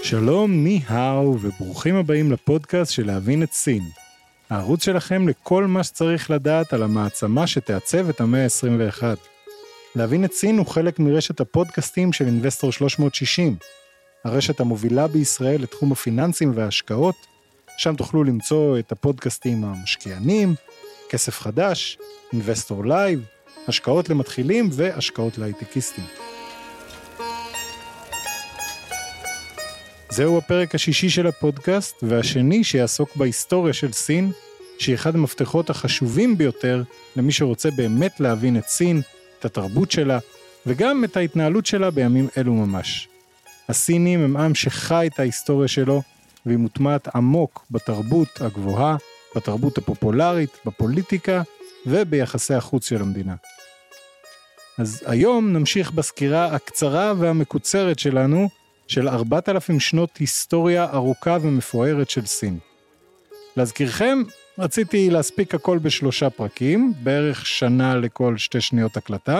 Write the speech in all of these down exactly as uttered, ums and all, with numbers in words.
שלום, ני האו, וברוכים הבאים לפודקאסט של להבין את סין. הערוץ שלכם לכל מה שצריך לדעת על המעצמה שתעצב את המאה ה-עשרים ואחת. להבין את סין הוא חלק מרשת הפודקאסטים של אינבסטור שלוש מאות שישים, הרשת המובילה בישראל לתחום הפיננסים וההשקעות, שם תוכלו למצוא את הפודקאסטים המשקיענים, כסף חדש, אינבסטור לייב, השקעות למתחילים והשקעות להייטקיסטים. זהו הפרק השישי של הפודקאסט, והשני שיעסוק בהיסטוריה של סין, שהיא אחד המפתחות החשובים ביותר למי שרוצה באמת להבין את סין, את התרבות שלה, וגם את ההתנהלות שלה בימים אלו ממש. הסינים הם עם שחי את ההיסטוריה שלו, והיא מוטמעת עמוק בתרבות הגבוהה, בתרבות הפופולרית, בפוליטיקה וביחסי החוץ של המדינה. אז היום נמשיך בסקירה הקצרה והמקוצרת שלנו, של ארבעת אלפים שנות היסטוריה ארוכה ומפוארת של סין. להזכירכם, רציתי להספיק הכל בשלושה פרקים, בערך שנה לכל שתי שניות הקלטה.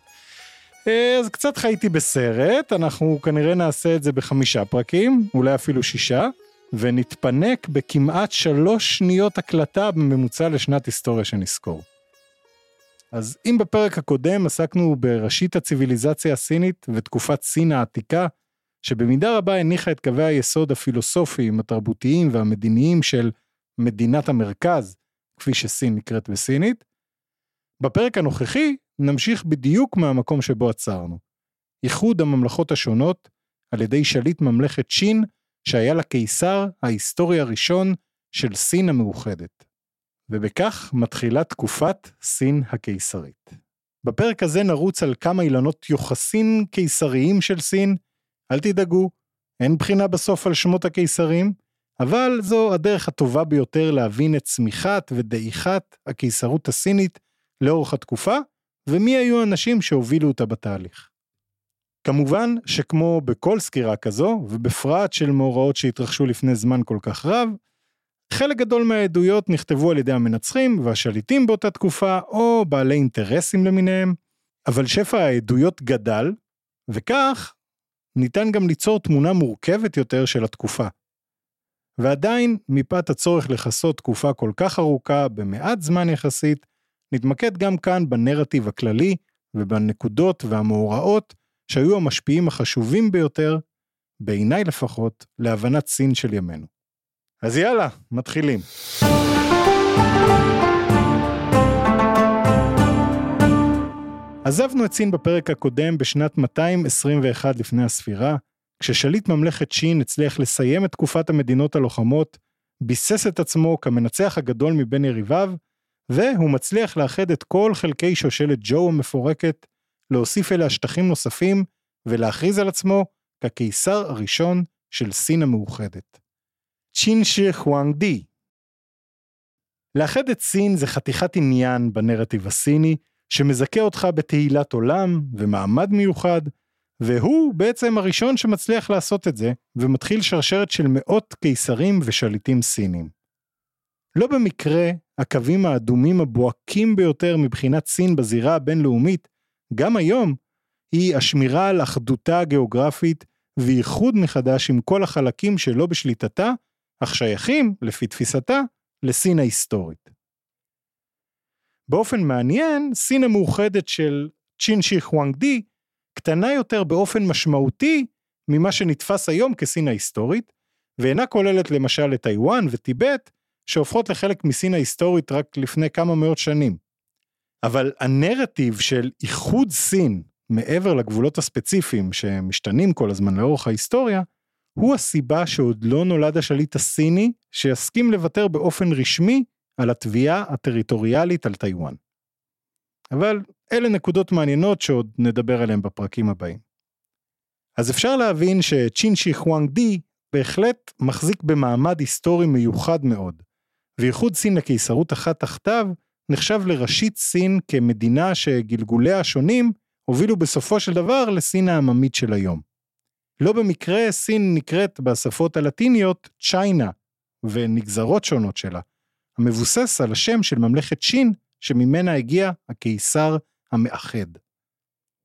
אז קצת חייתי בסרט, אנחנו כנראה נעשה את זה בחמישה פרקים, אולי אפילו שישה, ונתפנק בכמעט שלוש שניות הקלטה בממוצע לשנת היסטוריה שנזכור. אז אם בפרק הקודם עסקנו בראשית הציביליזציה הסינית ותקופת סין העתיקה, שבמידה רבה הניחה את קווי היסוד הפילוסופיים, התרבותיים והמדיניים של מדינת המרכז, כפי שסין נקראת בסינית, בפרק הנוכחי נמשיך בדיוק מהמקום שבו עצרנו. איחוד הממלכות השונות על ידי שליט ממלכת צ'ין, שהיה לקיסר ההיסטורי הראשון של סין המאוחדת. ובכך מתחילה תקופת סין הקיסרית. בפרק הזה נרוץ על כמה אילנות יוחסין קיסריים של סין, אל תדאגו, אין בחינה בסוף על שמות הקיסרים, אבל זו הדרך הטובה ביותר להבין את צמיחת ודעיכת הקיסרות הסינית לאורך התקופה, ומי היו האנשים שהובילו אותה בתהליך. כמובן שכמו בכל סקירה כזו, ובפרט של מאורעות שהתרחשו לפני זמן כל כך רב, חלק גדול מהעדויות נכתבו על ידי המנצחים והשליטים באותה תקופה, או בעלי אינטרסים למיניהם, אבל שפע העדויות גדל, וכך ניתן גם ליצור תמונה מורכבת יותר של התקופה. ועדיין, מפאת הצורך לחסות תקופה כל כך ארוכה במעט זמן יחסית, נתמקד גם כאן בנרטיב הכללי ובנקודות והמאורעות שהיו המשפיעים החשובים ביותר, בעיניי לפחות, להבנת סין של ימינו. אז יאללה, מתחילים. עזבנו את סין בפרק הקודם בשנת מאתיים עשרים ואחת לפני הספירה, כששליט ממלכת צ'ין הצליח לסיים את תקופת המדינות הלוחמות, ביסס את עצמו כמנצח הגדול מבין יריביו, והוא מצליח לאחד את כל חלקי שושלת ז'ו המפורקת, להוסיף אליה שטחים נוספים, ולהכריז על עצמו כקיסר הראשון של סין המאוחדת. צ'ין שי חואנגדי. לאחד את סין זה חתיכת עניין בנרטיב הסיני, שמזכה אותך בתהילת עולם ומעמד מיוחד, והוא בעצם הראשון שמצליח לעשות את זה, ומתחיל שרשרת של מאות קיסרים ושליטים סינים. לא במקרה, הקווים האדומים הבוהקים ביותר מבחינת סין בזירה הבינלאומית, גם היום, היא השמירה על אחדותה הגיאוגרפית, וייחוד מחדש עם כל החלקים שלא בשליטתה, אך שייכים, לפי תפיסתה, לסין ההיסטורית. באופן מעניין, סין המאוחדת של צ'ין שי חואנגדי, קטנה יותר באופן משמעותי ממה שנתפס היום כסין ההיסטורית, ואינה כוללת למשל את טיואן וטיבט, שהופכות לחלק מסין ההיסטורית רק לפני כמה מאות שנים. אבל הנרטיב של איחוד סין, מעבר לגבולות הספציפיים שמשתנים כל הזמן לאורך ההיסטוריה, הוא הסיבה שעוד לא נולד השליט הסיני, שיסכים לוותר באופן רשמי על התביעה הטריטוריאלית על טיואן. אבל אלה נקודות מעניינות שעוד נדבר עליהן בפרקים הבאים. אז אפשר להבין שצ'ין שי חואנגדי בהחלט מחזיק במעמד היסטורי מיוחד מאוד, וייחוד סין לקיסרות אחת תחתיו נחשב לראשית סין כמדינה שגלגוליה השונים הובילו בסופו של דבר לסין העממית של היום. לא במקרה סין נקראת בשפות הלטיניות צ'יינה ונגזרות שונות שלה, המבוסס על השם של ממלכת צ'ין שממנה הגיע הקיסר המאחד.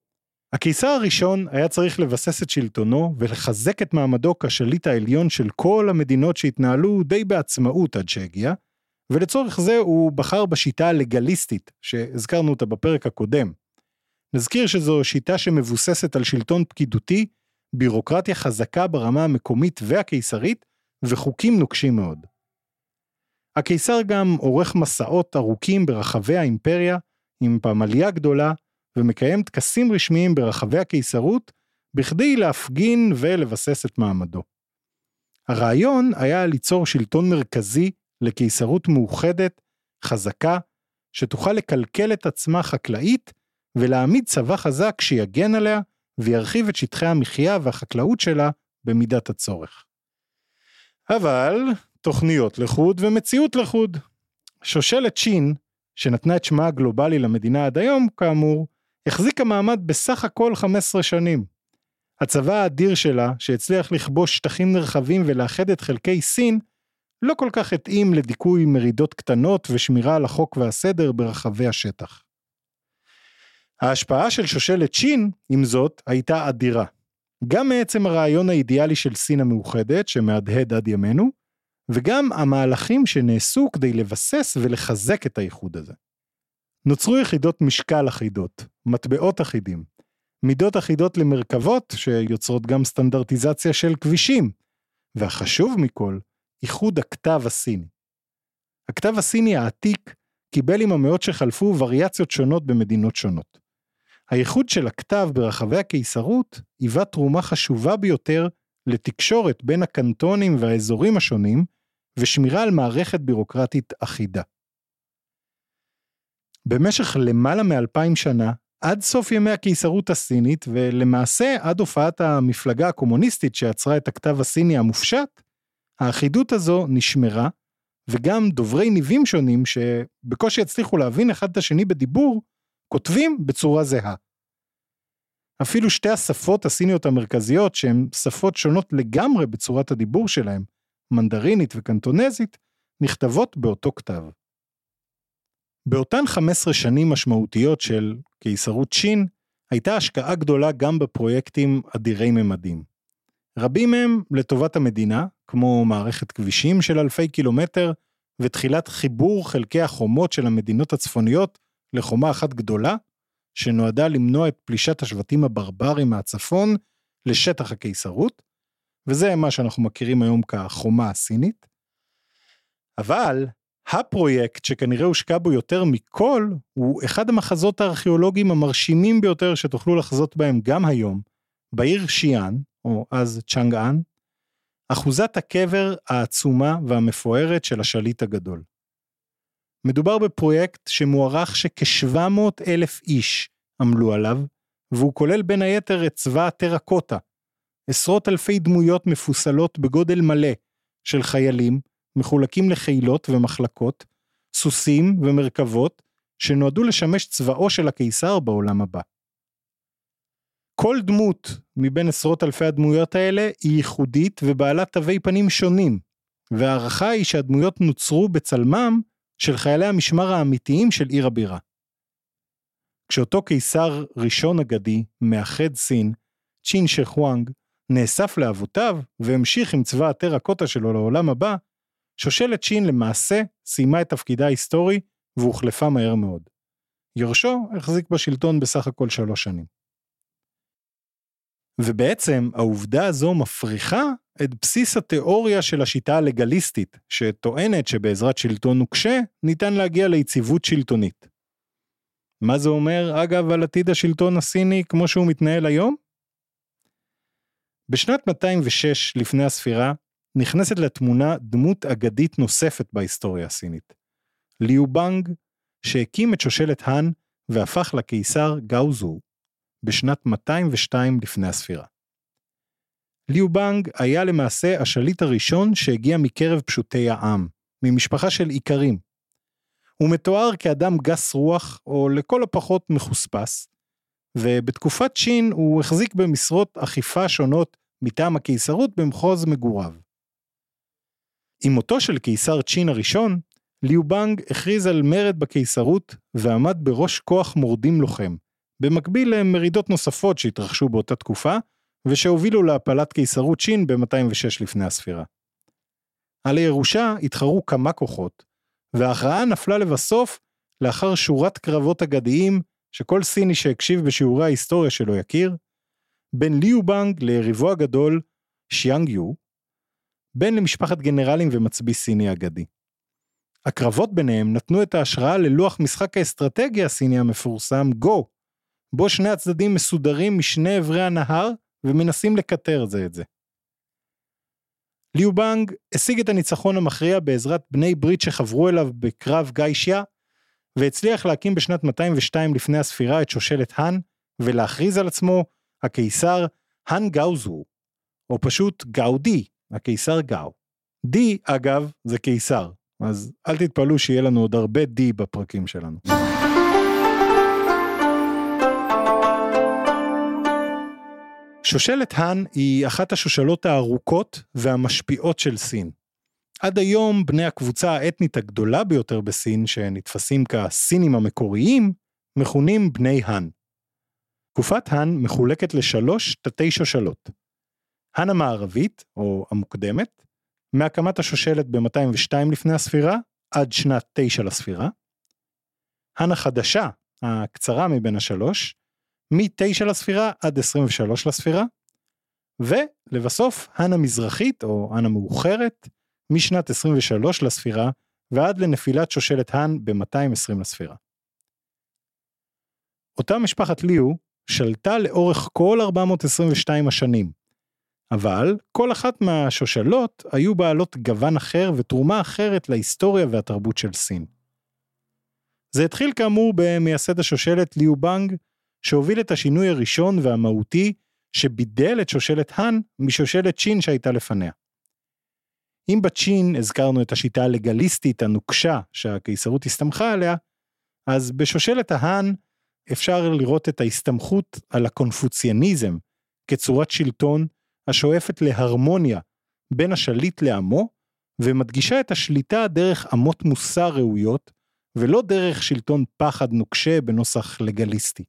הקיסר הראשון היה צריך לבסס את שלטונו ולחזק את מעמדו כשליט העליון של כל המדינות שהתנהלו די בעצמאות עד שהגיע, ולצורך זה הוא בחר בשיטה הלגליסטית שהזכרנו אותה בפרק הקודם. נזכיר שזו שיטה שמבוססת על שלטון פקידותי, בירוקרטיה חזקה ברמה המקומית והקיסרית וחוקים נוקשים מאוד. הקיסר גם עורך מסעות ארוכים ברחבי האימפריה עם פמליה גדולה ומקיים טקסים רשמיים ברחבי הקיסרות בכדי להפגין ולבסס את מעמדו. הרעיון היה ליצור שלטון מרכזי לקיסרות מאוחדת, חזקה, שתוכל לקלקל את עצמה חקלאית ולהעמיד צבא חזק שיגן עליה וירחיב את שטחי המחיה והחקלאות שלה במידת הצורך. אבל תוכניות לחוד ומציאות לחוד. שושלת צ'ין, שנתנה את שמה הגלובלי למדינה עד היום, כאמור, החזיקה מעמד בסך הכל חמש עשרה שנים. הצבא האדיר שלה, שהצליח לכבוש שטחים נרחבים ולאחד את חלקי סין, לא כל כך התאים לדיכוי מרידות קטנות ושמירה על החוק והסדר ברחבי השטח. ההשפעה של שושלת צ'ין, עם זאת, הייתה אדירה. גם מעצם הרעיון האידיאלי של סין המאוחדת, שמהדהד עד ימינו, וגם המהלכים שנעשו כדי לבסס ולחזק את האיחוד הזה. נוצרו יחידות משקל אחידות, מטבעות אחידים, מידות אחידות למרכבות שיוצרות גם סטנדרטיזציה של כבישים, והחשוב מכל, איחוד הכתב הסיני. הכתב הסיני העתיק קיבל עם המאות שחלפו וריאציות שונות במדינות שונות. הייחוד של הכתב ברחבי הקיסרות היווה תרומה חשובה ביותר לתקשורת בין הקנטונים והאזורים השונים, ושמירה על מערכת בירוקרטית אחידה. במשך למעלה מאלפיים שנה, עד סוף ימי הקיסרות הסינית, ולמעשה עד הופעת המפלגה הקומוניסטית שיצרה את הכתב הסיני המופשט, האחידות הזו נשמרה, וגם דוברי ניבים שונים שבקושי הצליחו להבין אחד את השני בדיבור, כותבים בצורה זהה. אפילו שתי השפות הסיניות המרכזיות, שהן שפות שונות לגמרי בצורת הדיבור שלהן, מנדרינית וקנטונזית, נכתבות באותו כתב. באותן חמש עשרה שנים משמעותיות של קיסרות צ'ין, הייתה השקעה גדולה גם בפרויקטים אדירי ממדים. רבים מהם לטובת המדינה, כמו מערכת כבישים של אלפי קילומטר, ותחילת חיבור חלקי החומות של המדינות הצפוניות לחומה אחת גדולה, שנועדה למנוע את פלישת השבטים הברברים מהצפון לשטח הקיסרות, וזה מה שאנחנו מכירים היום כחומה הסינית. אבל הפרויקט שכנראה הושקע בו יותר מכל, הוא אחד המחזות הארכיאולוגיים המרשימים ביותר שתוכלו לחזות בהם גם היום, בעיר שיאן, או אז צ'אנגאן, אחוזת הקבר העצומה והמפוארת של השליט הגדול. מדובר בפרויקט שמוערך שכ-שבע מאות אלף איש עמלו עליו, והוא כולל בין היתר את צבא הטרקוטה, עשרות אלפי דמויות מפוסלות בגודל מלא של חיילים, מחולקים לחילות ומחלקות, סוסים ומרכבות, שנועדו לשמש צבאו של הקיסר בעולם הבא. כל דמות מבין עשרות אלפי הדמויות האלה היא ייחודית ובעלת תווי פנים שונים, והערכה היא שהדמויות נוצרו בצלמם של חיילי המשמר האמיתיים של עיר הבירה. כשאותו קיסר ראשון אגדי, מאחד סין, צ'ין שחואנג, נאסף לאבותיו והמשיך עם צבא הטרקוטה שלו לעולם הבא, שושלת צ'ין למעשה סיימה את תפקידה ההיסטורי והוחלפה מהר מאוד. יורשו החזיק בשלטון בסך הכל שלוש שנים. ובעצם העובדה הזו מפריחה את בסיס התיאוריה של השיטה הלגליסטית, שטוענת שבעזרת שלטון נוקשה ניתן להגיע ליציבות שלטונית. מה זה אומר, אגב, על עתיד השלטון הסיני כמו שהוא מתנהל היום? בשנת מאתיים ושש לפני הספירה, נכנסת לתמונה דמות אגדית נוספת בהיסטוריה הסינית. ליו בנג, שהקים את שושלת האן והפך לקיסר גאוזו, בשנת מאתיים ושתיים לפני הספירה. ליו בנג היה למעשה השליט הראשון שהגיע מקרב פשוטי העם, ממשפחה של עיקרים. הוא מתואר כאדם גס רוח, או לכל הפחות מחוספס, ובתקופת צ'ין הוא החזיק במשרות אכיפה שונות מטעם הקיסרות במחוז מגוריו. עם מותו של קיסר צ'ין הראשון, ליו בנג הכריז על מרד בקיסרות ועמד בראש כוח מורדים לוחם, במקביל למרידות נוספות שהתרחשו באותה תקופה, ושהובילו להפלת קיסרות שין ב-מאתיים ושש לפני הספירה. על הירושה התחרו כמה כוחות, וההכרעה נפלה לבסוף לאחר שורת קרבות אגדיים שכל סיני שהקשיב בשיעורי ההיסטוריה שלו יכיר, בין ליו בנג ליריבו הגדול שיאנג יו, בין למשפחת גנרלים ומצביא סיני אגדי. הקרבות ביניהם נתנו את ההשראה ללוח משחק האסטרטגיה הסיני המפורסם גו, בו שני הצדדים מסודרים משני עברי הנהר ומנסים לקטר זה את זה. ליו בנג השיג את הניצחון המכריע בעזרת בני ברית שחברו אליו בקרב גיישיה, והצליח להקים בשנת מאתיים ושתיים לפני הספירה את שושלת האן, ולהכריז על עצמו הקיסר האן גאוזו, או פשוט גאודי, הקיסר גאו. די, אגב, זה קיסר, אז אל תתפלו שיהיה לנו עוד הרבה די בפרקים שלנו. שושלת האן היא אחת השושלות הארוכות והמשפיעות של סין. עד היום בני הקבוצה האתנית הגדולה ביותר בסין, שנתפסים כסינים המקוריים, מכונים בני האן. תקופת האן מחולקת לשלוש תתי שושלות. האן המערבית, או המוקדמת, מהקמת השושלת ב-מאתיים ושתיים לפני הספירה, עד שנת תשע לספירה. האן החדשה, הקצרה מבין השלוש, מ-תשע לספירה עד עשרים ושלוש לספירה, ולבסוף האן המזרחית, או האן המאוחרת, משנת עשרים ושלוש לספירה, ועד לנפילת שושלת האן ב-מאתיים ועשרים לספירה. אותה משפחת ליו שלטה לאורך כל ארבע מאות עשרים ושתיים השנים, אבל כל אחת מהשושלות היו בעלות גוון אחר ותרומה אחרת להיסטוריה והתרבות של סין. זה התחיל כאמור במייסד השושלת ליו בנג, שהוביל את השינוי הראשון והמהותי שבידל את שושלת האן משושלת צ'ין שהייתה לפניה. אם בצ'ין הזכרנו את השיטה הלגליסטית הנוקשה שהקיסרות הסתמכה עליה, אז בשושלת ההאן אפשר לראות את ההסתמכות על הקונפוציאניזם כצורת שלטון השואפת להרמוניה בין השליט לעמו, ומדגישה את השליטה דרך אמות מוסר ראויות, ולא דרך שלטון פחד נוקשה בנוסח לגליסטי.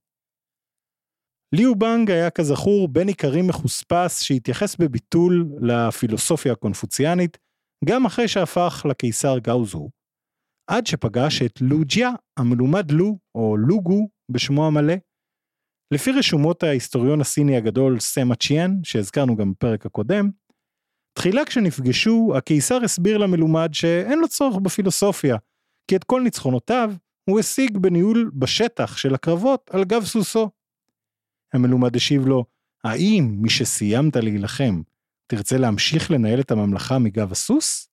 ליו בנג היה כזכור בן עיקרים מחוספס שהתייחס בביטול לפילוסופיה הקונפוציאנית, גם אחרי שהפך לקיסר גאוזו, עד שפגש את לו ג'יה, המלומד לו או לוגו בשמו המלא. לפי רשומות ההיסטוריון הסיני הגדול סמה צ'יאן, שהזכרנו גם בפרק הקודם, תחילה כשנפגשו, הקיסר הסביר למלומד שאין לו צורך בפילוסופיה, כי את כל ניצחונותיו הוא השיג בניהול בשטח של הקרבות על גב סוסו. המלומד השיב לו, האם מי שסיימת להילחם, תרצה להמשיך לנהל את הממלכה מגב הסוס?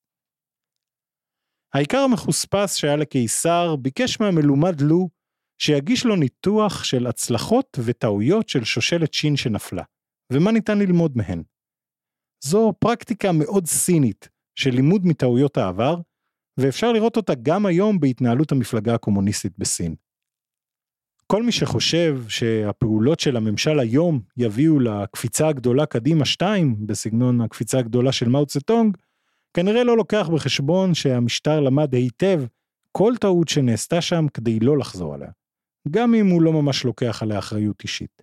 העיקר המחוספס שהיה לקיסר ביקש מהמלומד לו, שיגיש לו ניתוח של הצלחות וטעויות של שושלת שין שנפלה, ומה ניתן ללמוד מהן. זו פרקטיקה מאוד סינית של לימוד מטעויות העבר, ואפשר לראות אותה גם היום בהתנהלות המפלגה הקומוניסטית בסין. כל מי שחושב שהפעולות של הממשל היום יביאו לקפיצה הגדולה קדימה שתיים, בסגנון הקפיצה הגדולה של מאו צטונג, כנראה לא לוקח בחשבון שהמשטר למד היטב כל טעות שנעשתה שם כדי לא לחזור עליה, גם אם הוא לא ממש לוקח עליה אחריות אישית.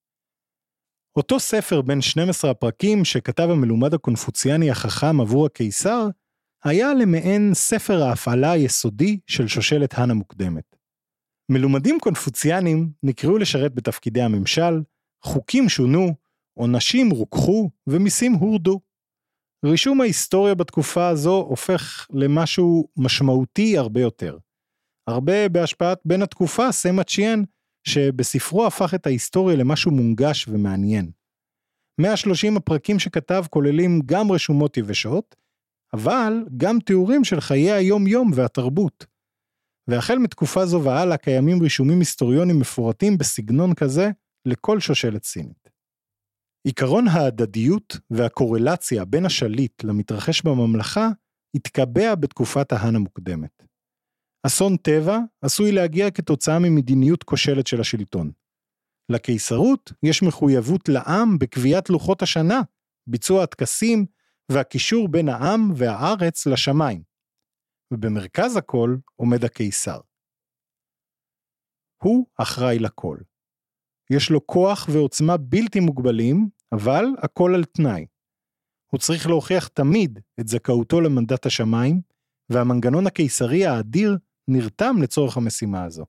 אותו ספר בין שנים עשר הפרקים שכתב המלומד הקונפוציאני החכם עבור הקיסר, היה למעין ספר ההפעלה היסודי של שושלת האן המוקדמת. מלומדים קונפוציאנים נקראו לשרת בתפקידי הממשל, חוקים שונו, עונשים רוקחו ומיסים הורדו. רישום ההיסטוריה בתקופה הזו הופך למשהו משמעותי הרבה יותר. הרבה בהשפעת בין התקופה סמה צ'יאן, שבספרו הפך את ההיסטוריה למשהו מונגש ומעניין. מאה ושלושים הפרקים שכתב כוללים גם רשומות יבשות, אבל גם תיאורים של חיי היום יום והתרבות. והחל מתקופה זו והלאה קיימים רישומים היסטוריונים מפורטים בסגנון כזה לכל שושלת סינית. עיקרון ההדדיות והקורלציה בין השליט למתרחש בממלכה התקבע בתקופת ההאן המוקדמת. אסון טבע עשוי להגיע כתוצאה ממדיניות כושלת של השלטון. לקיסרות יש מחויבות לעם בקביעת לוחות השנה, ביצוע הטקסים והקישור בין העם והארץ לשמיים. ובמרכז הכל עומד הקיסר. הוא אחראי לכל. יש לו כוח ועוצמה בלתי מוגבלים, אבל הכל על תנאי. הוא צריך להוכיח תמיד את זכאותו למנדט השמיים, והמנגנון הקיסרי האדיר נרתם לצורך המשימה הזו.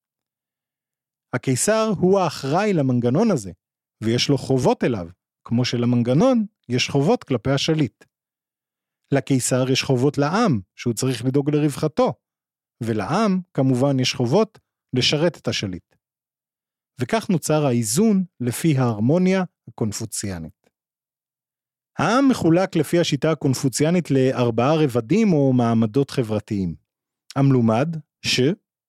הקיסר הוא האחראי למנגנון הזה, ויש לו חובות אליו, כמו שלמנגנון יש חובות כלפי השליט. לקיסר יש חובות לעם, שהוא צריך לדאוג לרווחתו, ולעם כמובן יש חובות לשרת את השליט. וכך נוצר האיזון לפי ההרמוניה הקונפוציאנית. העם מחולק לפי השיטה הקונפוציאנית לארבעה רבדים או מעמדות חברתיים. המלומד, ש,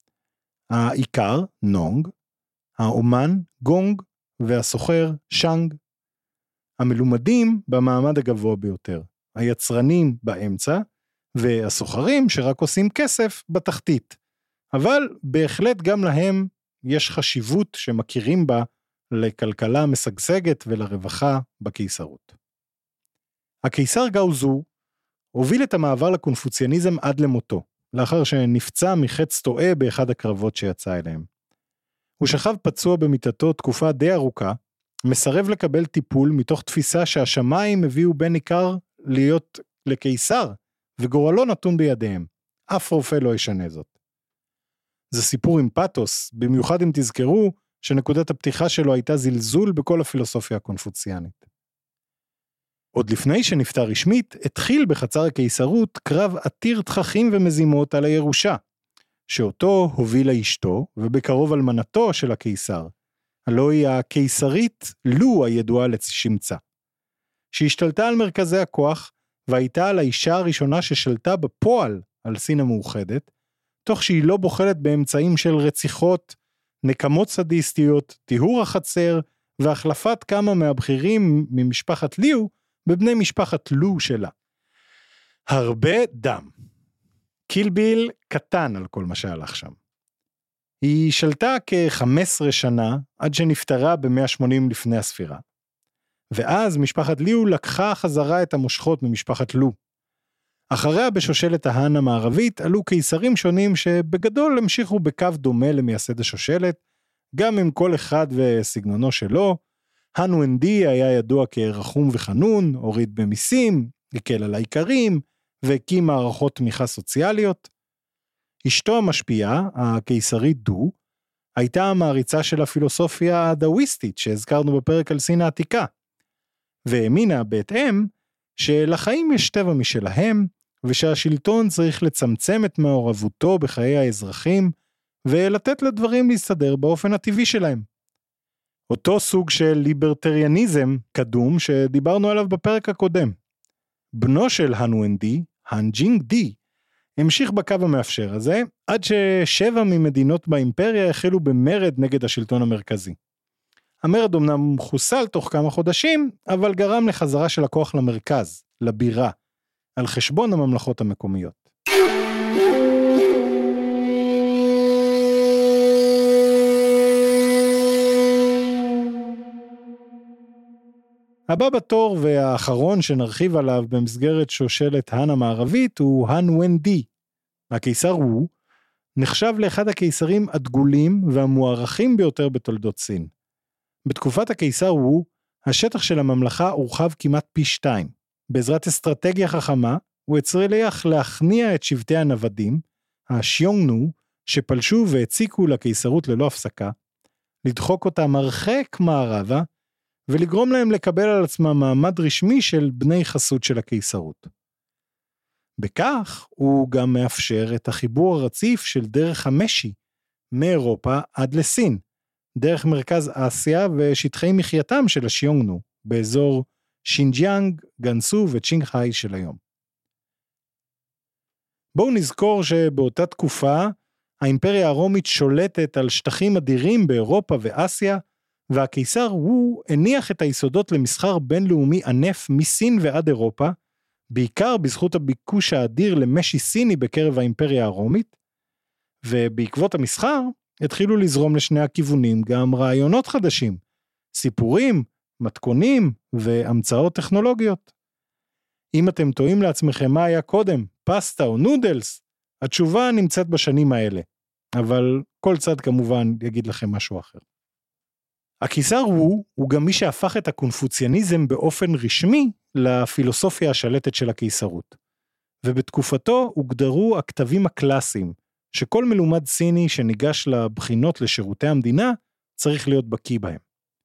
העיקר, נונג, האומן, גונג, והסוחר, שאנג. המלומדים במעמד הגבוה ביותר, היצרנים באמצע, והסוחרים שרק עושים כסף בתחתית. אבל בהחלט גם להם יש חשיבות שמכירים בה לכלכלה משגשגת ולרווחה בקיסרות. הקיסר גאוזו הוביל את המעבר לקונפוציאניזם עד למותו, לאחר שנפצע מחץ טועה באחד הקרבות שיצא אליהם. הוא שכב פצוע במיטתו תקופה די ארוכה, מסרב לקבל טיפול מתוך תפיסה שהשמיים הביאו בן עיקר להיות לקיסר, וגורלו נתון בידיהם. אף רופא לא ישנה זאת. זה סיפור עם פאטוס, במיוחד אם תזכרו שנקודת הפתיחה שלו הייתה זלזול בכל הפילוסופיה הקונפוציאנית. עוד לפני שנפטר רשמית, התחיל בחצר הקיסרות קרב עתיר תככים ומזימות על הירושה, שאותו הובילה אשתו, ובקרוב אלמנתו של הקיסר, הלא היא הקיסרית לו הידועה לשמצה, שהשתלטה על מרכזי הכוח, והייתה על האישה הראשונה ששלטה בפועל על סין המאוחדת, תוך שהיא לא בוחלת באמצעים של רציחות, נקמות סדיסטיות, טיהור החצר, והחלפת כמה מהבכירים ממשפחת ליו, בבני משפחת לו שלה. הרבה דם. קילביל קטן על כל מה שהלך שם. היא שלטה כ-חמש עשרה שנה, עד שנפטרה ב-מאה ושמונים לפני הספירה. ואז משפחת ליו לקחה חזרה את המושכות ממשפחת לו. אחריה בשושלת ההן המערבית עלו קיסרים שונים שבגדול המשיכו בקו דומה למייסד השושלת, גם עם כל אחד וסגנונו שלו. הן ונדי היה ידוע כרחום וחנון, הוריד במיסים, הקל על העיקרים, והקים מערכות תמיכה סוציאליות. אשתו המשפיעה, הקיסרית דו, הייתה המעריצה של הפילוסופיה הדאוויסטית שהזכרנו בפרק על סין העתיקה, והאמינה בהתאם שלחיים יש טבע משלהם, ושהשלטון צריך לצמצם את מעורבותו בחיי האזרחים, ולתת לדברים להסתדר באופן הטבעי שלהם. אותו סוג של ליברטריאניזם קדום שדיברנו עליו בפרק הקודם. בנו של הן ונדי, הן ג'ינג די, המשיך בקו המאפשר הזה, עד ששבע ממדינות באימפריה החלו במרד נגד השלטון המרכזי. המרד אמנם חוסל תוך כמה חודשים, אבל גרם לחזרה של הכוח למרכז, לבירה, על חשבון הממלכות המקומיות. הבא בתור והאחרון שנרחיב עליו במסגרת שושלת הן המערבית הוא הן ונדי. הקיסר הוא נחשב לאחד הקיסרים הדגולים והמוערכים ביותר בתולדות סין. בתקופת הקיסר הוא, השטח של הממלכה הורחב כמעט פי שתיים. בעזרת אסטרטגיה חכמה, הוא הצליח להכניע את שבטי הנוודים, השיונגנו, שפלשו והציקו לקיסרות ללא הפסקה, לדחוק אותם הרחק מערבה, ולגרום להם לקבל על עצמם מעמד רשמי של בני חסות של הקיסרות. בכך הוא גם מאפשר את החיבור הרציף של דרך המשי, מאירופה עד לסין, דרך מרכז אסיה ושטחי מחייתם של השיונגנו, באזור שינג'יאנג, גנסו וצ'ינגחאי של היום. בואו נזכור שבאותה תקופה, האימפריה הרומית שולטת על שטחים אדירים באירופה ואסיה, והקיסר הוא הניח את היסודות למסחר בינלאומי ענף מסין ועד אירופה, בעיקר בזכות הביקוש האדיר למשי סיני בקרב האימפריה הרומית, ובעקבות המסחר התחילו לזרום לשני הכיוונים גם רעיונות חדשים, סיפורים, מתכונים והמצאות טכנולוגיות. אם אתם טועים לעצמכם מה היה קודם, פסטה או נודלס, התשובה נמצאת בשנים האלה, אבל כל צד כמובן יגיד לכם משהו אחר. הקיסר וו הוא גם מי שהפך את הקונפוציאניזם באופן רשמי לפילוסופיה השלטת של הקיסרות. ובתקופתו הוגדרו הכתבים הקלאסיים, שכל מלומד סיני שניגש לבחינות לשירותי המדינה צריך להיות בקיא בהם.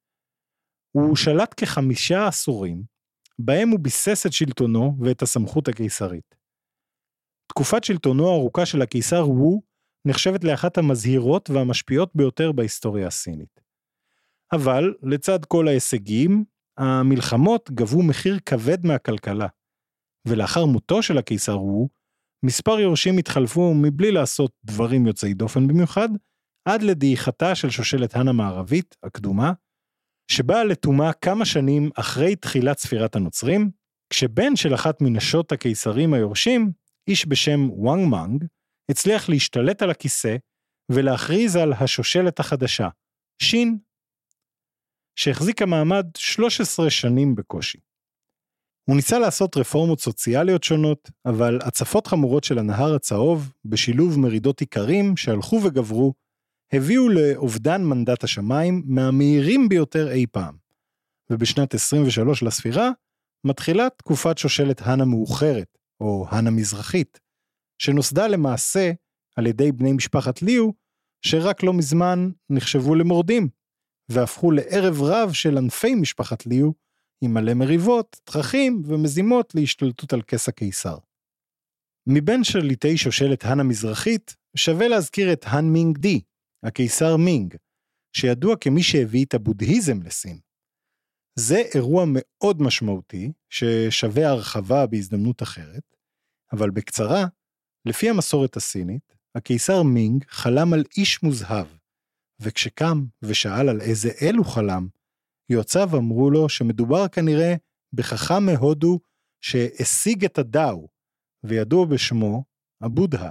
הוא שלט כחמישה עשורים, בהם הוא ביסס את שלטונו ואת הסמכות הקיסרית. תקופת שלטונו הארוכה של הקיסר וו נחשבת לאחת המזהירות והמשפיעות ביותר בהיסטוריה הסינית. אבל לצד כל ההישגים, המלחמות גבו מחיר כבד מהכלכלה, ולאחר מותו של הקיסר וו, מספר יורשים התחלפו מבלי לעשות דברים יוצאי דופן במיוחד, עד לדעיכתה של שושלת האן המערבית, הקדומה, שבאה לתומה כמה שנים אחרי תחילת ספירת הנוצרים, כשבן של אחת מנשות הקיסרים היורשים, איש בשם וואנג מאנג, הצליח להשתלט על הכיסא, ולהכריז על השושלת החדשה, שין, שהחזיקה מעמד שלוש עשרה שנים בקושי. הוא ניסה לעשות רפורמות סוציאליות שונות, אבל הצפות חמורות של הנהר הצהוב, בשילוב מרידות עיקרים שהלכו וגברו, הביאו לאובדן מנדט השמיים מהמהירים ביותר אי פעם. ובשנת עשרים ושלוש לספירה, מתחילה תקופת שושלת האן המאוחרת, או האן המזרחית, שנוסדה למעשה על ידי בני משפחת ליו, שרק לא מזמן נחשבו למורדים, והפכו לערב רב של ענפי משפחת ליו, עם מלא מריבות, תככים ומזימות להשתלטות על כס הקיסר. מבין שליטי שושלת האן המזרחית, שווה להזכיר את האן מינג די, הקיסר מינג, שידוע כמי שהביא את הבודהיזם לסין. זה אירוע מאוד משמעותי, ששווה הרחבה בהזדמנות אחרת, אבל בקצרה, לפי המסורת הסינית, הקיסר מינג חלם על איש מוזהב, וכשקם ושאל על איזה אל הוא חלם, יועציו אמרו לו שמדובר כנראה בחכם מהודו שהשיג את הדאו, וידוע בשמו הבודהה.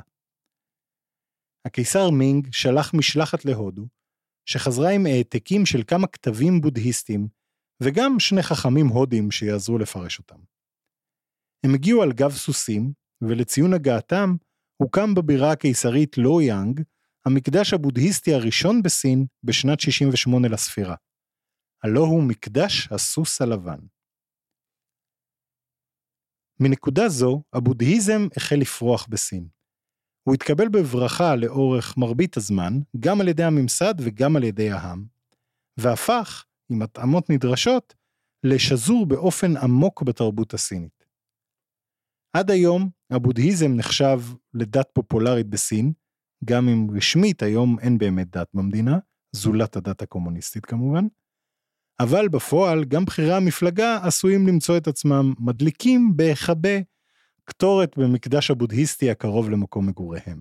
הקיסר מינג שלח משלחת להודו, שחזרה עם העתקים של כמה כתבים בודהיסטים, וגם שני חכמים הודים שיעזרו לפרש אותם. הם הגיעו על גב סוסים, ולציון הגעתם, הוקם בבירה הקיסרית לו יאנג, המקדש הבודהיסטי הראשון בסין בשנת שישים ושמונה לספירה. הלא הוא מקדש הסוס הלבן. מנקודה זו, הבודהיזם החל לפרוח בסין. הוא התקבל בברכה לאורך מרבית הזמן, גם על ידי הממסד וגם על ידי העם, והפך, עם התאמות נדרשות, לשזור באופן עמוק בתרבות הסינית. עד היום, הבודהיזם נחשב לדת פופולרית בסין, גם אם רשמית היום אין באמת דת במדינה, זולת הדת הקומוניסטית כמובן, אבל בפועל גם בחירי המפלגה עשויים למצוא את עצמם מדליקים בחבה קטורת במקדש הבודהיסטי הקרוב למקום מגוריהם.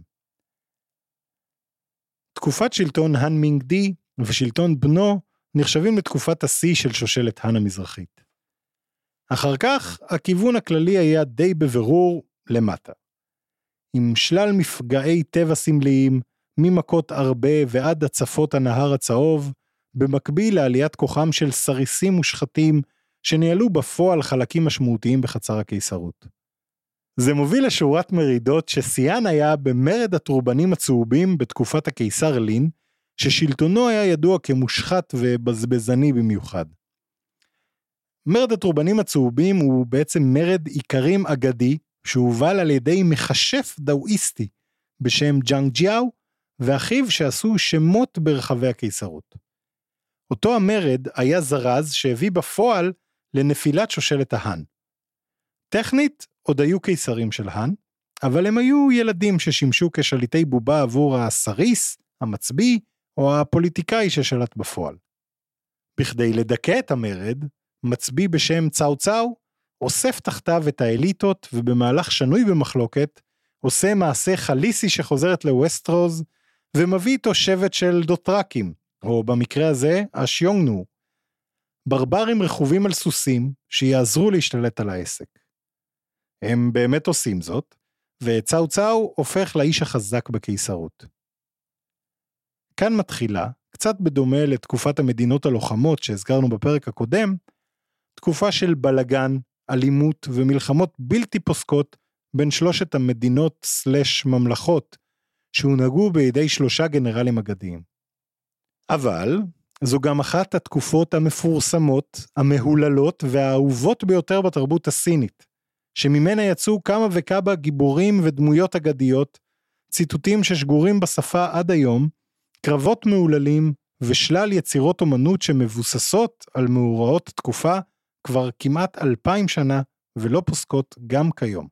תקופת שלטון האן מינג די ושלטון בנו נחשבים לתקופת השיא של שושלת האן המזרחית. אחר כך הכיוון הכללי היה די בבירור למטה. עם שלל מפגעי טבע סמליים, ממכות הרבה ועד הצפות הנהר הצהוב, במקביל לעליית כוחם של סריסים מושחתים, שניהלו בפועל חלקים משמעותיים בחצר הקיסרות. זה מוביל לשורת מרידות ששיאן היה במרד הטרובנים הצהובים בתקופת הקיסר לין, ששלטונו היה ידוע כמושחת ובזבזני במיוחד. מרד הטרובנים הצהובים הוא בעצם מרד עיקרים אגדי, שהובל על ידי מחשף דאואיסטי בשם ג'אנג ג'יאו, ואחיו שעשו שמות ברחבי הקיסרות. אותו המרד היה זרז שהביא בפועל לנפילת שושלת ההאן. טכנית עוד היו קיסרים של האן, אבל הם היו ילדים ששימשו כשליטי בובה עבור הסריס, המצביא, או הפוליטיקאי ששלט בפועל. בכדי לדכא את המרד, מצביא בשם צאו צאו, אוסף תחתיו את האליטות, ובמהלך שנוי במחלוקת, עושה מעשה חליסי שחוזרת לווסטרוז, ומביא איתו שבט של דוטרקים, או במקרה הזה, אשיונגנו, ברברים רכובים על סוסים, שיעזרו להשתלט על העסק. הם באמת עושים זאת, וצאו צאו הופך לאיש החזק בקיסרות. כאן מתחילה, קצת בדומה לתקופת המדינות הלוחמות שהזכרנו בפרק הקודם, תקופה של בלגן, אלימות ומלחמות בלתי פוסקות בין שלושת המדינות סלש ממלכות שהונהגו בידי שלושה גנרלים אגדיים. אבל זו גם אחת התקופות המפורסמות, המהוללות והאהובות ביותר בתרבות הסינית, שממנה יצאו כמה וכמה גיבורים ודמויות אגדיות, ציטוטים ששגורים בשפה עד היום, קרבות מהוללים ושלל יצירות אומנות שמבוססות על מאורעות תקופה כבר כמעט אלפיים שנה ולא פוסקות גם כיום.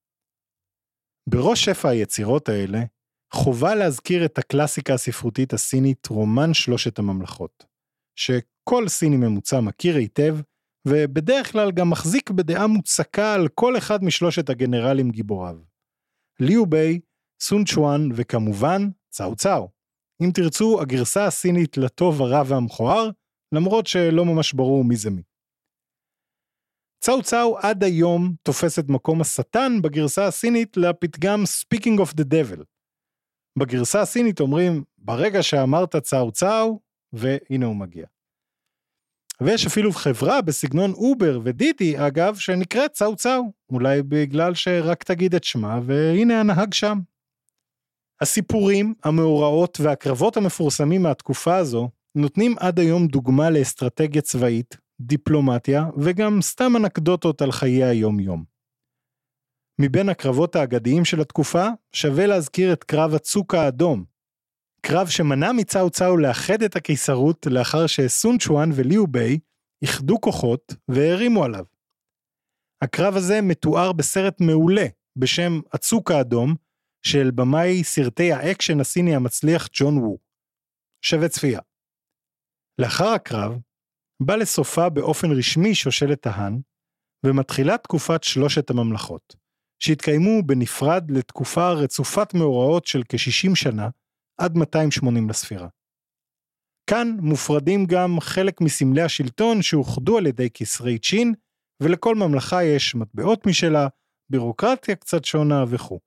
בראש שפע היצירות האלה, חובה להזכיר את הקלאסיקה הספרותית הסינית רומן שלושת הממלכות, שכל סיני ממוצע מכיר היטב, ובדרך כלל גם מחזיק בדעה מוצקה על כל אחד משלושת הגנרלים גיבוריו. ליו ביי, סון צ'ואן וכמובן צאו צאו. אם תרצו, הגרסה הסינית לטוב הרע והמכוער, למרות שלא ממש ברור מי זה מי. צאו צאו עד היום תופס את מקום השטן בגרסה הסינית לפתגם Speaking of the Devil. בגרסה הסינית אומרים, ברגע שאמרת צאו צאו, והנה הוא מגיע. ויש אפילו חברה בסגנון אובר ודידי, אגב, שנקראת צאו צאו, אולי בגלל שרק תגיד את שמה, והנה הנהג שם. הסיפורים, המאורעות והקרבות המפורסמים מהתקופה הזו, נותנים עד היום דוגמה לאסטרטגיה צבאית, דיפלומטיה, וגם סתם אנקדוטות על חיי היום-יום. מבין הקרבות האגדיים של התקופה, שווה להזכיר את קרב הצוק האדום, קרב שמנע מצאו צאו לאחד את הקיסרות לאחר שסון צ'ואן וליו ביי איחדו כוחות והרימו עליו. הקרב הזה מתואר בסרט מעולה בשם הצוק האדום של במאי סרטי האקשן הסיני המצליח ג'ון וו. שווה צפייה. לאחר הקרב בא לסופה באופן רשמי שושלת ההאן ומתחילה תקופת שלושת הממלכות שהתקיימו בנפרד לתקופה רצופת מאורעות של כ-שישים שנה עד מאתיים ושמונים לספירה. כאן מופרדים גם חלק מסמלי השלטון שאוחדו על ידי קיסרי צ'ין, ולכל ממלכה יש מטבעות משלה, בירוקרטיה קצת שונה וכו'.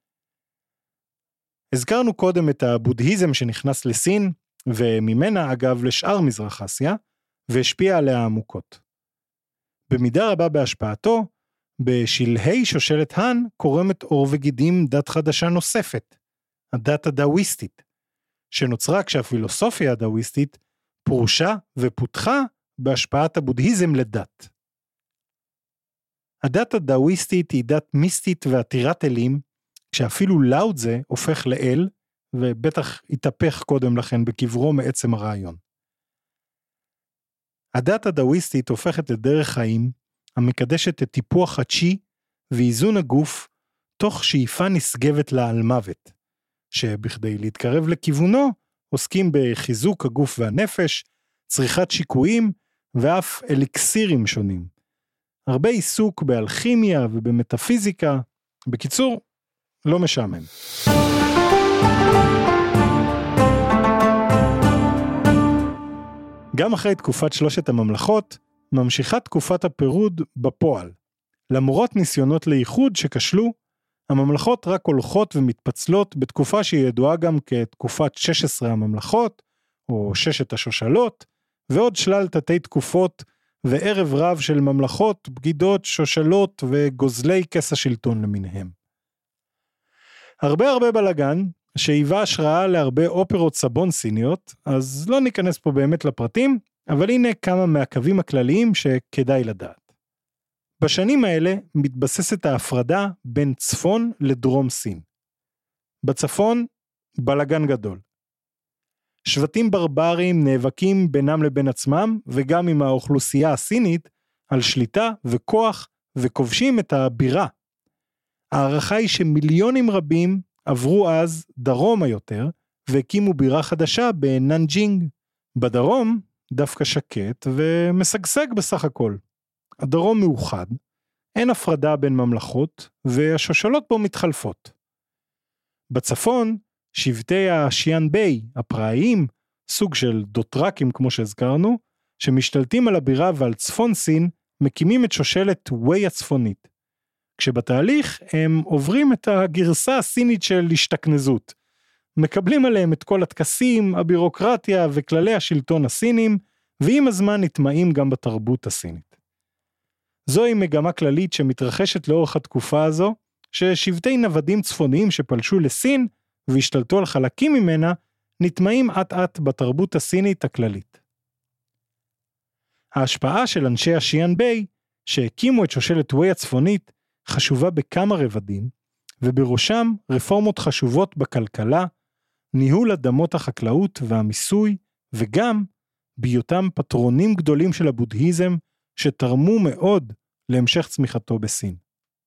הזכרנו קודם את הבודהיזם שנכנס לסין, וממנה אגב לשאר מזרח אסיה, והשפיע עליה עמוקות. במידה רבה בהשפעתו, בשלהי שושלת האן קורמת עור וגידים דת חדשה נוספת, הדת הדאוויסטית, שנוצרה כשהפילוסופיה הדאוויסטית פורשה ופותחה בהשפעת הבודהיזם לדת. הדת הדאוויסטית היא דת מיסטית ועתירת אלים, כשאפילו לאו צזה הופך לאל, ובטח התהפך קודם לכן בקברו מעצם הרעיון. הדת הדאוויסטית הופכת לדרך חיים, המקדשת את טיפוח הצ'י ואיזון הגוף, תוך שאיפה נשגבת לה על מוות, שבכדי להתקרב לכיוונו, עוסקים בחיזוק הגוף והנפש, צריכת שיקויים, ואף אליקסירים שונים. הרבה עיסוק באלכימיה ובמטאפיזיקה, בקיצור, לא משעמם. גם אחרי תקופת שלושת הממלכות, ממשיכה תקופת הפירוד בפועל. למרות ניסיונות לאיחוד שכשלו, הממלכות רק הולכות ומתפצלות בתקופה שהיא ידועה גם כתקופת שש עשרה הממלכות, או ששת השושלות, ועוד שלל תתי תקופות וערב רב של ממלכות, בגידות, שושלות וגוזלי כס השלטון למיניהם. הרבה הרבה בלגן, שהיווה השראה להרבה אופרות סבון סיניות, אז לא ניכנס פה באמת לפרטים, אבל הנה כמה מהקווים הכלליים שכדאי לדעת. בשנים האלה מתבססת ההפרדה בין צפון לדרום סין. בצפון, בלגן גדול. שבטים ברברים נאבקים בינם לבין עצמם, וגם עם האוכלוסייה הסינית, על שליטה וכוח, וכובשים את הבירה. הערכה היא שמיליונים רבים עברו אז דרומה יותר, והקימו בירה חדשה בננג'ינג. בדרום דווקא שקט ומשגשג בסך הכל. הדרום מאוחד, אין הפרדה בין ממלכות, והשושלות בו מתחלפות. בצפון, שבטי השיאן ביי, הפראיים, סוג של דוטרקים כמו שהזכרנו, שמשתלטים על הבירה ועל צפון סין, מקימים את שושלת ווי הצפונית. כשבתהליך הם עוברים את הגרסה הסינית של השתכנזות. מקבלים עליהם את כל התקסים, הבירוקרטיה וכללי השלטון הסינים, ועם הזמן נטמעים גם בתרבות הסינית. זוהי מגמה כללית שמתרחשת לאורך התקופה הזו, ששבטי נוודים צפוניים שפלשו לסין והשתלטו על חלקים ממנה, נטמעים עט עט בתרבות הסינית הכללית. ההשפעה של אנשי השיאן ביי, שהקימו את שושלת ווי הצפונית, חשובה בכמה רבדים, ובראשם רפורמות חשובות בכלכלה, ניהול אדמות החקלאות והמיסוי, וגם בהיותם פטרונים גדולים של הבודהיזם, שתרמו מאוד להמשך צמיחתו בסין.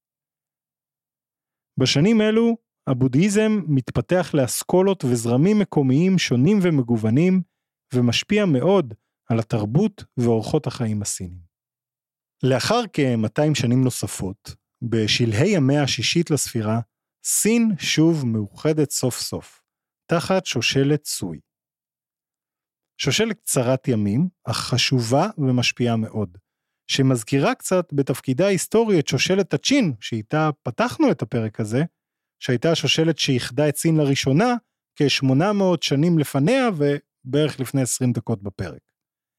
בשנים אלו, הבודהיזם מתפתח לאסכולות וזרמים מקומיים שונים ומגוונים, ומשפיע מאוד על התרבות ואורחות החיים הסיניים. לאחר כ-מאתיים שנים נוספות, בשלהי המאה השישית לספירה, סין שוב מאוחדת סוף סוף, תחת שושלת סוי. שושלת קצרת ימים, אך חשובה ומשפיעה מאוד, שמזכירה קצת בתפקידה ההיסטורי את שושלת הצ'ין, שאיתה פתחנו את הפרק הזה, שהייתה השושלת שיחדה את סין לראשונה, כ-שמונה מאות שנים לפניה, ובערך לפני עשרים דקות בפרק.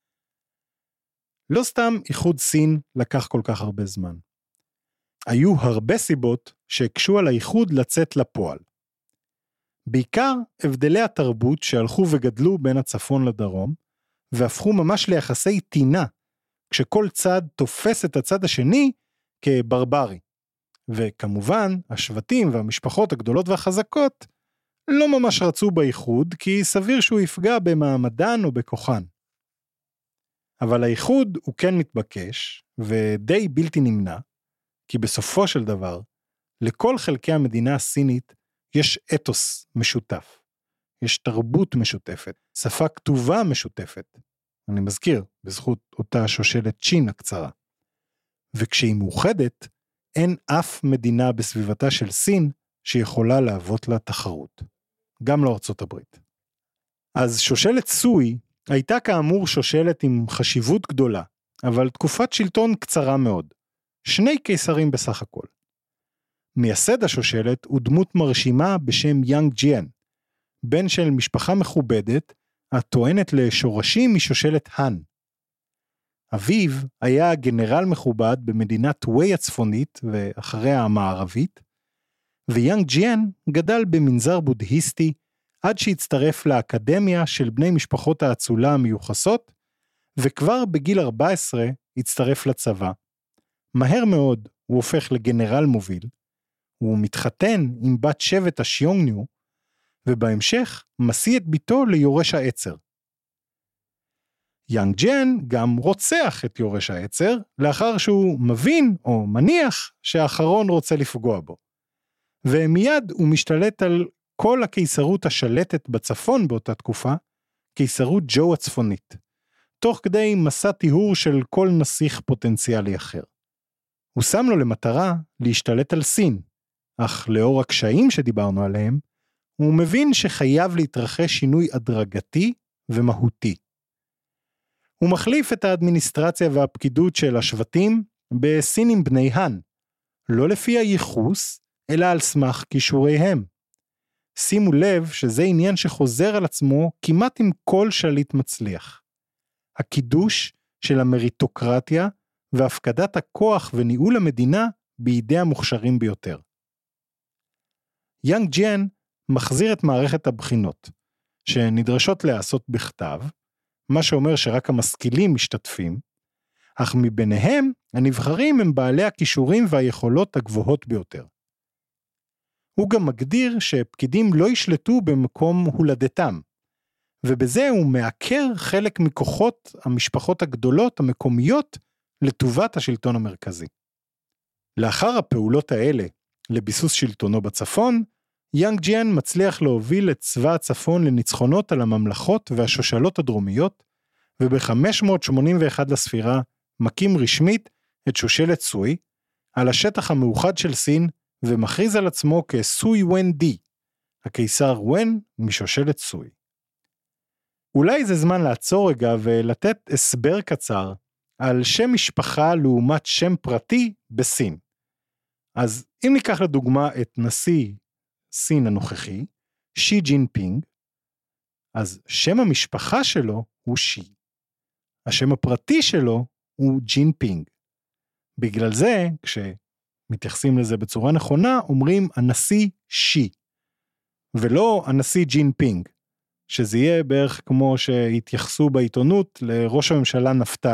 לא סתם איחוד סין לקח כל כך הרבה זמן. היו הרבה סיבות שהקשו על האיחוד לצאת לפועל. בעיקר הבדלי התרבות שהלכו וגדלו בין הצפון לדרום, והפכו ממש ליחסי טינה, כשכל צד תופס את הצד השני כברברי. וכמובן, השבטים והמשפחות הגדולות והחזקות לא ממש רצו באיחוד, כי סביר שהוא יפגע במעמדן או בכוחן. אבל האיחוד הוא כן מתבקש, ודי בלתי נמנע, כי בסופו של דבר, לכל חלקי המדינה הסינית יש אתוס משותף, יש תרבות משותפת, שפה כתובה משותפת, אני מזכיר, בזכות אותה שושלת צ'ין הקצרה. וכשהיא מאוחדת, אין אף מדינה בסביבתה של סין שיכולה להוות לה תחרות, גם לא ארצות הברית. אז שושלת סוי הייתה כאמור שושלת עם חשיבות גדולה, אבל תקופת שלטון קצרה מאוד, שני קיסרים בסך הכל. מייסד השושלת הוא דמות מרשימה בשם יאנג ג'יאן, בן של משפחה מכובדת, הטוענת לשורשים משושלת האן. אביו היה גנרל מכובד במדינת ווי הצפונית ואחריה המערבית, ויאנג ג'יאן גדל במנזר בודהיסטי, עד שהצטרף לאקדמיה של בני משפחות האצולה המיוחסות, וכבר בגיל ארבע עשרה הצטרף לצבא. מהר מאוד הוא הופך לגנרל מוביל, הוא מתחתן עם בת שבט השיונגניו, ובהמשך משיא את ביתו ליורש העצר. יאנג ג'יאן גם רוצח את יורש העצר, לאחר שהוא מבין או מניח שהאחרון רוצה לפגוע בו. ומיד הוא משתלט על כל הקיסרות השלטת בצפון באותה תקופה, קיסרות ג'ו הצפונית, תוך כדי מסע טיהור של כל נסיך פוטנציאלי אחר. הוא שם לו למטרה להשתלט על סין, אך לאור הקשיים שדיברנו עליהם, הוא מבין שחייב להתרחש שינוי הדרגתי ומהותי. הוא מחליף את האדמיניסטרציה והפקידות של השבטים בסינים בני האן, לא לפי הייחוס, אלא על סמך כישוריהם. שימו לב שזה עניין שחוזר על עצמו כמעט עם כל שליט מצליח. הקידוש של המריטוקרטיה והפקדת הכוח וניהול המדינה בידי המוכשרים ביותר. יאנג ג'יאן מחזיר את מערכת הבחינות, שנדרשות לעשות בכתב, מה שאומר שרק המשכילים משתתפים, אך מביניהם הנבחרים הם בעלי הכישורים והיכולות הגבוהות ביותר. הוא גם מגדיר שפקידים לא ישלטו במקום הולדתם, ובזה הוא מעקר חלק מכוחות המשפחות הגדולות המקומיות לטובת השלטון המרכזי. לאחר הפעולות האלה לביסוס שלטונו בצפון, יאנג ג'יאן מצליח להוביל את צבא הצפון לניצחונות על הממלכות והשושלות הדרומיות, וב-חמש מאות שמונים ואחת לספירה מקים רשמית את שושלת סוי על השטח המאוחד של סין, ומכריז על עצמו כסוי ון די, הקיסר ון משושלת סוי. אולי זה זמן לעצור רגע ולתת הסבר קצר על שם משפחה לעומת שם פרטי בסין. אז אם ניקח לדוגמה את נשיא סין הנוכחי, שי ג'ינפינג, אז שם המשפחה שלו הוא שי. השם הפרטי שלו הוא ג'ינפינג. בגלל זה, כשמתייחסים לזה בצורה נכונה, אומרים הנשיא שי, ולא הנשיא ג'ינפינג, שזה יהיה בערך כמו שהתייחסו בעיתונות לראש הממשלה נפתלי,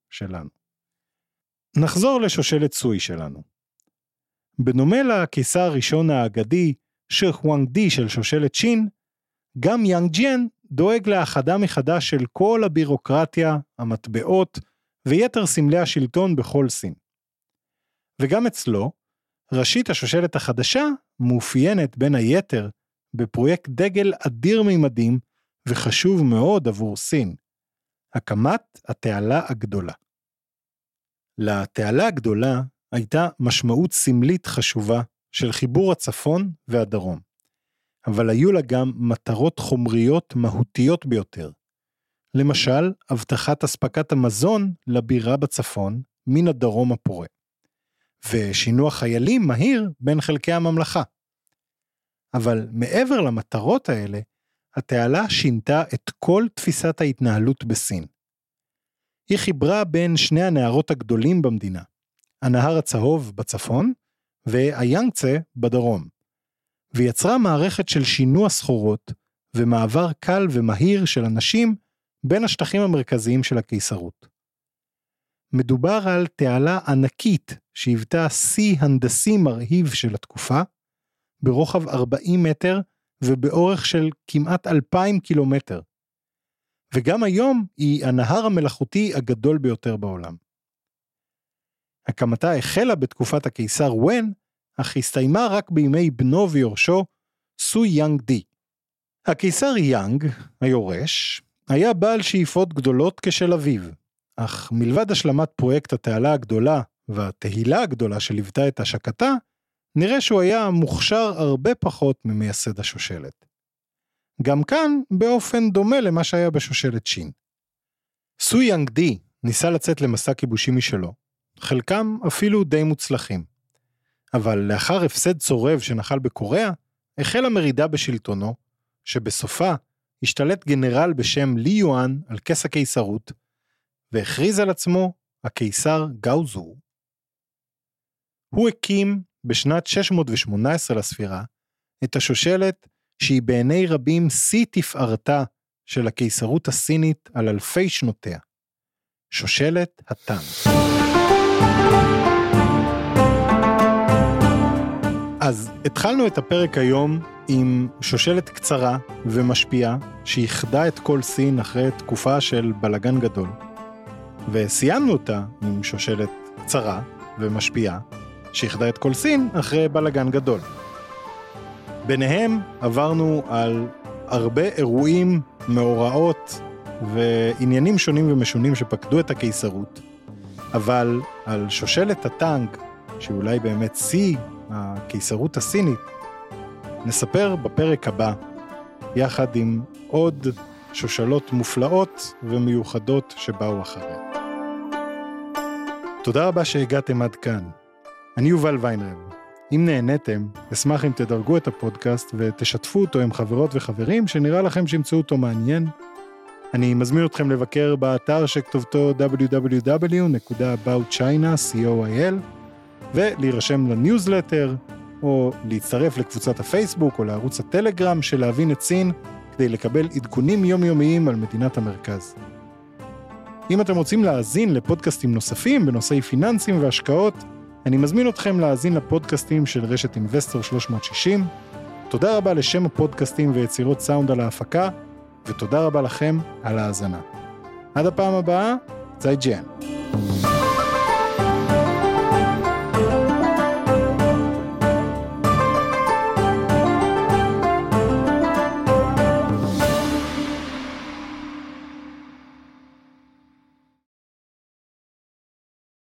שלנו. נחזור לשושלת סוי שלנו. בדומה לקיסר הראשון האגדי, שי חואנגדי של שושלת שין, גם יאנג ג'יין דואג להאחדה מחדש של כל הבירוקרטיה, המטבעות ויתר סמלי השלטון בכל סין. וגם אצלו, ראשית השושלת החדשה מאופיינת בין היתר בפרויקט דגל אדיר מימדים וחשוב מאוד עבור סין, הקמת התעלה הגדולה. לתעלה הגדולה הייתה משמעות סמלית חשובה של חיבור הצפון והדרום, אבל היו לה גם מטרות חומריות מהותיות ביותר. למשל, הבטחת אספקת המזון לבירה בצפון מן הדרום הפורה, ושינוע חיילים מהיר בין חלקי הממלכה. אבל מעבר למטרות האלה, התעלה שינתה את כל תפיסת ההתנהלות בסין. היא חיברה בין שני הנהרות הגדולים במדינה, הנהר הצהוב בצפון והיאנגצה בדרום, ויצרה מערכת של שינוע סחורות ומעבר קל ומהיר של אנשים בין השטחים המרכזיים של הקיסרות. מדובר על תעלה ענקית שהיוותה שיא הנדסי מרהיב של התקופה, ברוחב ארבעים מטר ובאורך של כמעט אלפיים קילומטר. וגם היום היא הנהר המלאכותי הגדול ביותר בעולם. הקמתה החלה בתקופת הקיסר ון, אך הסתיימה רק בימי בנו ויורשו, סוי יאנג די. הקיסר יאנג, היורש, היה בעל שאיפות גדולות כשל אביו, אך מלבד השלמת פרויקט התעלה הגדולה והתהילה הגדולה שליוותה את השקתה, נראה שהוא היה מוכשר הרבה פחות ממייסד השושלת. גם כאן באופן דומה למה שהיה בשושלת שין. סוי יאנג די ניסה לצאת למסע כיבושי משלו, חלקם אפילו די מוצלחים. אבל לאחר הפסד צורב שנחל בקוריאה, החלה מרידה בשלטונו, שבסופה השתלט גנרל בשם לי יואן על כס הקיסרות, והכריז על עצמו הקיסר גאוזו. הוא הקים בשנת שש מאות ושמונה עשרה לספירה את השושלת שהיא בעיני רבים שיא תפארתה של הקיסרות הסינית על אלפי שנותיה. שושלת הטאנג. אז התחלנו את הפרק היום עם שושלת קצרה ומשפיעה שיחדה את כל סין אחרי תקופה של בלגן גדול. וסיימנו אותה עם שושלת קצרה ומשפיעה שיחדה את כל סין אחרי בלגן גדול. ביניהם עברנו על הרבה אירועים, מאורעות ועניינים שונים ומשונים שפקדו את הקיסרות, אבל על שושלת הטאנג, שאולי באמת שיא הקיסרות הסינית, נספר בפרק הבא, יחד עם עוד שושלות מופלאות ומיוחדות שבאו אחריה. תודה רבה שהגעתם עד כאן. אני יובל ויינרב. אם נהניתם, אשמח אם תדרגו את הפודקאסט ותשתפו אותו עם חברות וחברים שנראה לכם שימצאו אותו מעניין. אני מזמין אתכם לבקר באתר שכתובתו דאבליו דאבליו דאבליו נקודה אבאוט צ'יינה ולהירשם לניוזלטר, או להצטרף לקבוצת הפייסבוק או לערוץ הטלגרם של להבין את סין, כדי לקבל עדכונים יומיומיים על מדינת המרכז. אם אתם רוצים להאזין לפודקאסטים נוספים בנושאי פיננסים והשקעות, אני מזמין אתכם להאזין לפודקאסטים של רשת אינבסטור שלוש מאות שישים. תודה רבה לשם הפודקאסטים ויצירות סאונד על ההפקה, ותודה רבה לכם על ההאזנה. עד הפעם הבאה, זאי ג'יין.